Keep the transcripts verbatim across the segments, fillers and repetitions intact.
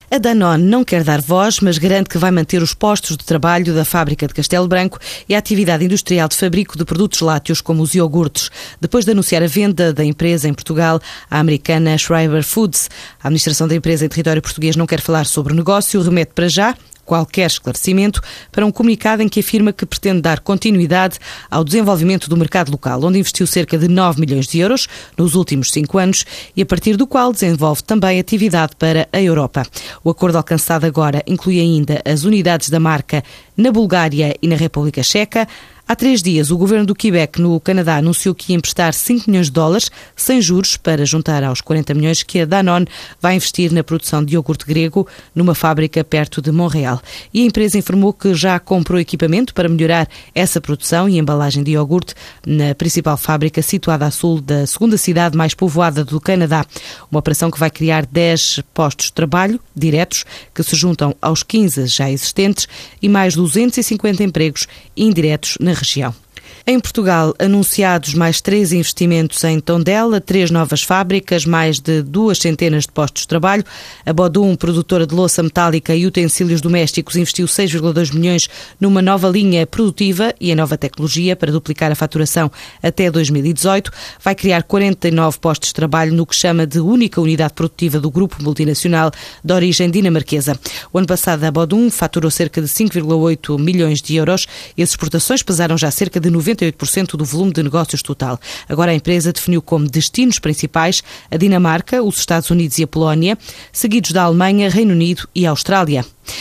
A Danone não quer dar voz, mas garante que vai manter os postos de trabalho da fábrica de Castelo Branco e a atividade industrial de fabrico de produtos lácteos como os iogurtes, depois de anunciar a venda da empresa em Portugal à americana Schreiber Foods. A administração da empresa em território português não quer falar sobre o negócio, remete para já qualquer esclarecimento para um comunicado em que afirma que pretende dar continuidade ao desenvolvimento do mercado local, onde investiu cerca de nove milhões de euros nos últimos cinco anos e a partir do qual desenvolve também atividade para a Europa. O acordo alcançado agora inclui ainda as unidades da marca na Bulgária e na República Checa. Há três dias, o governo do Quebec, no Canadá, anunciou que ia emprestar cinco milhões de dólares, sem juros, para juntar aos quarenta milhões que a Danone vai investir na produção de iogurte grego numa fábrica perto de Montreal. E a empresa informou que já comprou equipamento para melhorar essa produção e embalagem de iogurte na principal fábrica situada a sul da segunda cidade mais povoada do Canadá. Uma operação que vai criar dez postos de trabalho diretos, que se juntam aos quinze já existentes, e mais duzentos e cinquenta empregos indiretos na região. Em Portugal, anunciados mais três investimentos em Tondela, três novas fábricas, mais de duas centenas de postos de trabalho. A Bodum, produtora de louça metálica e utensílios domésticos, investiu seis vírgula dois milhões numa nova linha produtiva e em nova tecnologia para duplicar a faturação até dois mil e dezoito. Vai criar quarenta e nove postos de trabalho no que chama de única unidade produtiva do grupo multinacional de origem dinamarquesa. O ano passado, a Bodum faturou cerca de cinco vírgula oito milhões de euros e as exportações pesaram já cerca de noventa e oito por cento do volume de negócios total. Agora a empresa definiu como destinos principais a Dinamarca, os Estados Unidos e a Polónia, seguidos da Alemanha, Reino Unido e Austrália.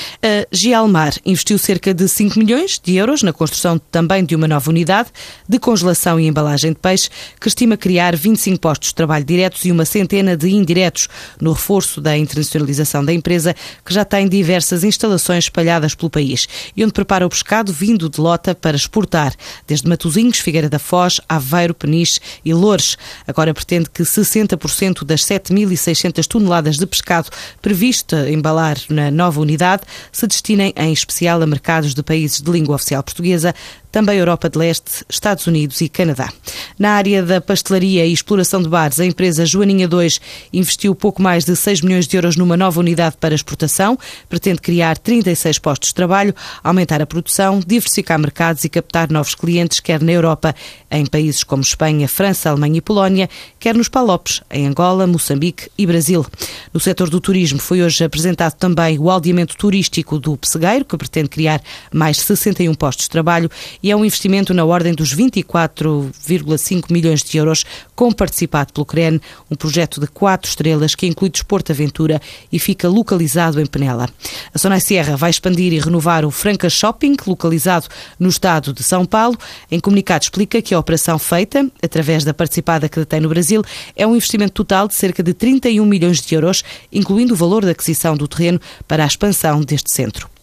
A Gialmar investiu cerca de cinco milhões de euros na construção também de uma nova unidade de congelação e embalagem de peixe, que estima criar vinte e cinco postos de trabalho diretos e uma centena de indiretos, no reforço da internacionalização da empresa, que já tem diversas instalações espalhadas pelo país e onde prepara o pescado vindo de Lota para exportar, desde Matosinhos, Figueira da Foz, Aveiro, Peniche e Loures. Agora pretende que sessenta por cento das sete mil e seiscentas toneladas de pescado prevista embalar na nova unidade se destinem em especial a mercados de países de língua oficial portuguesa, também Europa de Leste, Estados Unidos e Canadá. Na área da pastelaria e exploração de bares, a empresa Joaninha dois investiu pouco mais de seis milhões de euros numa nova unidade para exportação, pretende criar trinta e seis postos de trabalho, aumentar a produção, diversificar mercados e captar novos clientes, quer na Europa, em países como Espanha, França, Alemanha e Polónia, quer nos Palopes, em Angola, Moçambique e Brasil. No setor do turismo foi hoje apresentado também o aldeamento turístico do Pessegueiro, que pretende criar mais sessenta e um postos de trabalho, e é um investimento na ordem dos vinte e quatro vírgula cinco milhões de euros, com participado pelo CREN, um projeto de quatro estrelas que inclui desporto aventura e fica localizado em Penela. A Sonai Sierra vai expandir e renovar o Franca Shopping, localizado no estado de São Paulo. Em comunicado explica que a operação feita, através da participada que detém no Brasil, é um investimento total de cerca de trinta e um milhões de euros, incluindo o valor da aquisição do terreno para a expansão deste centro.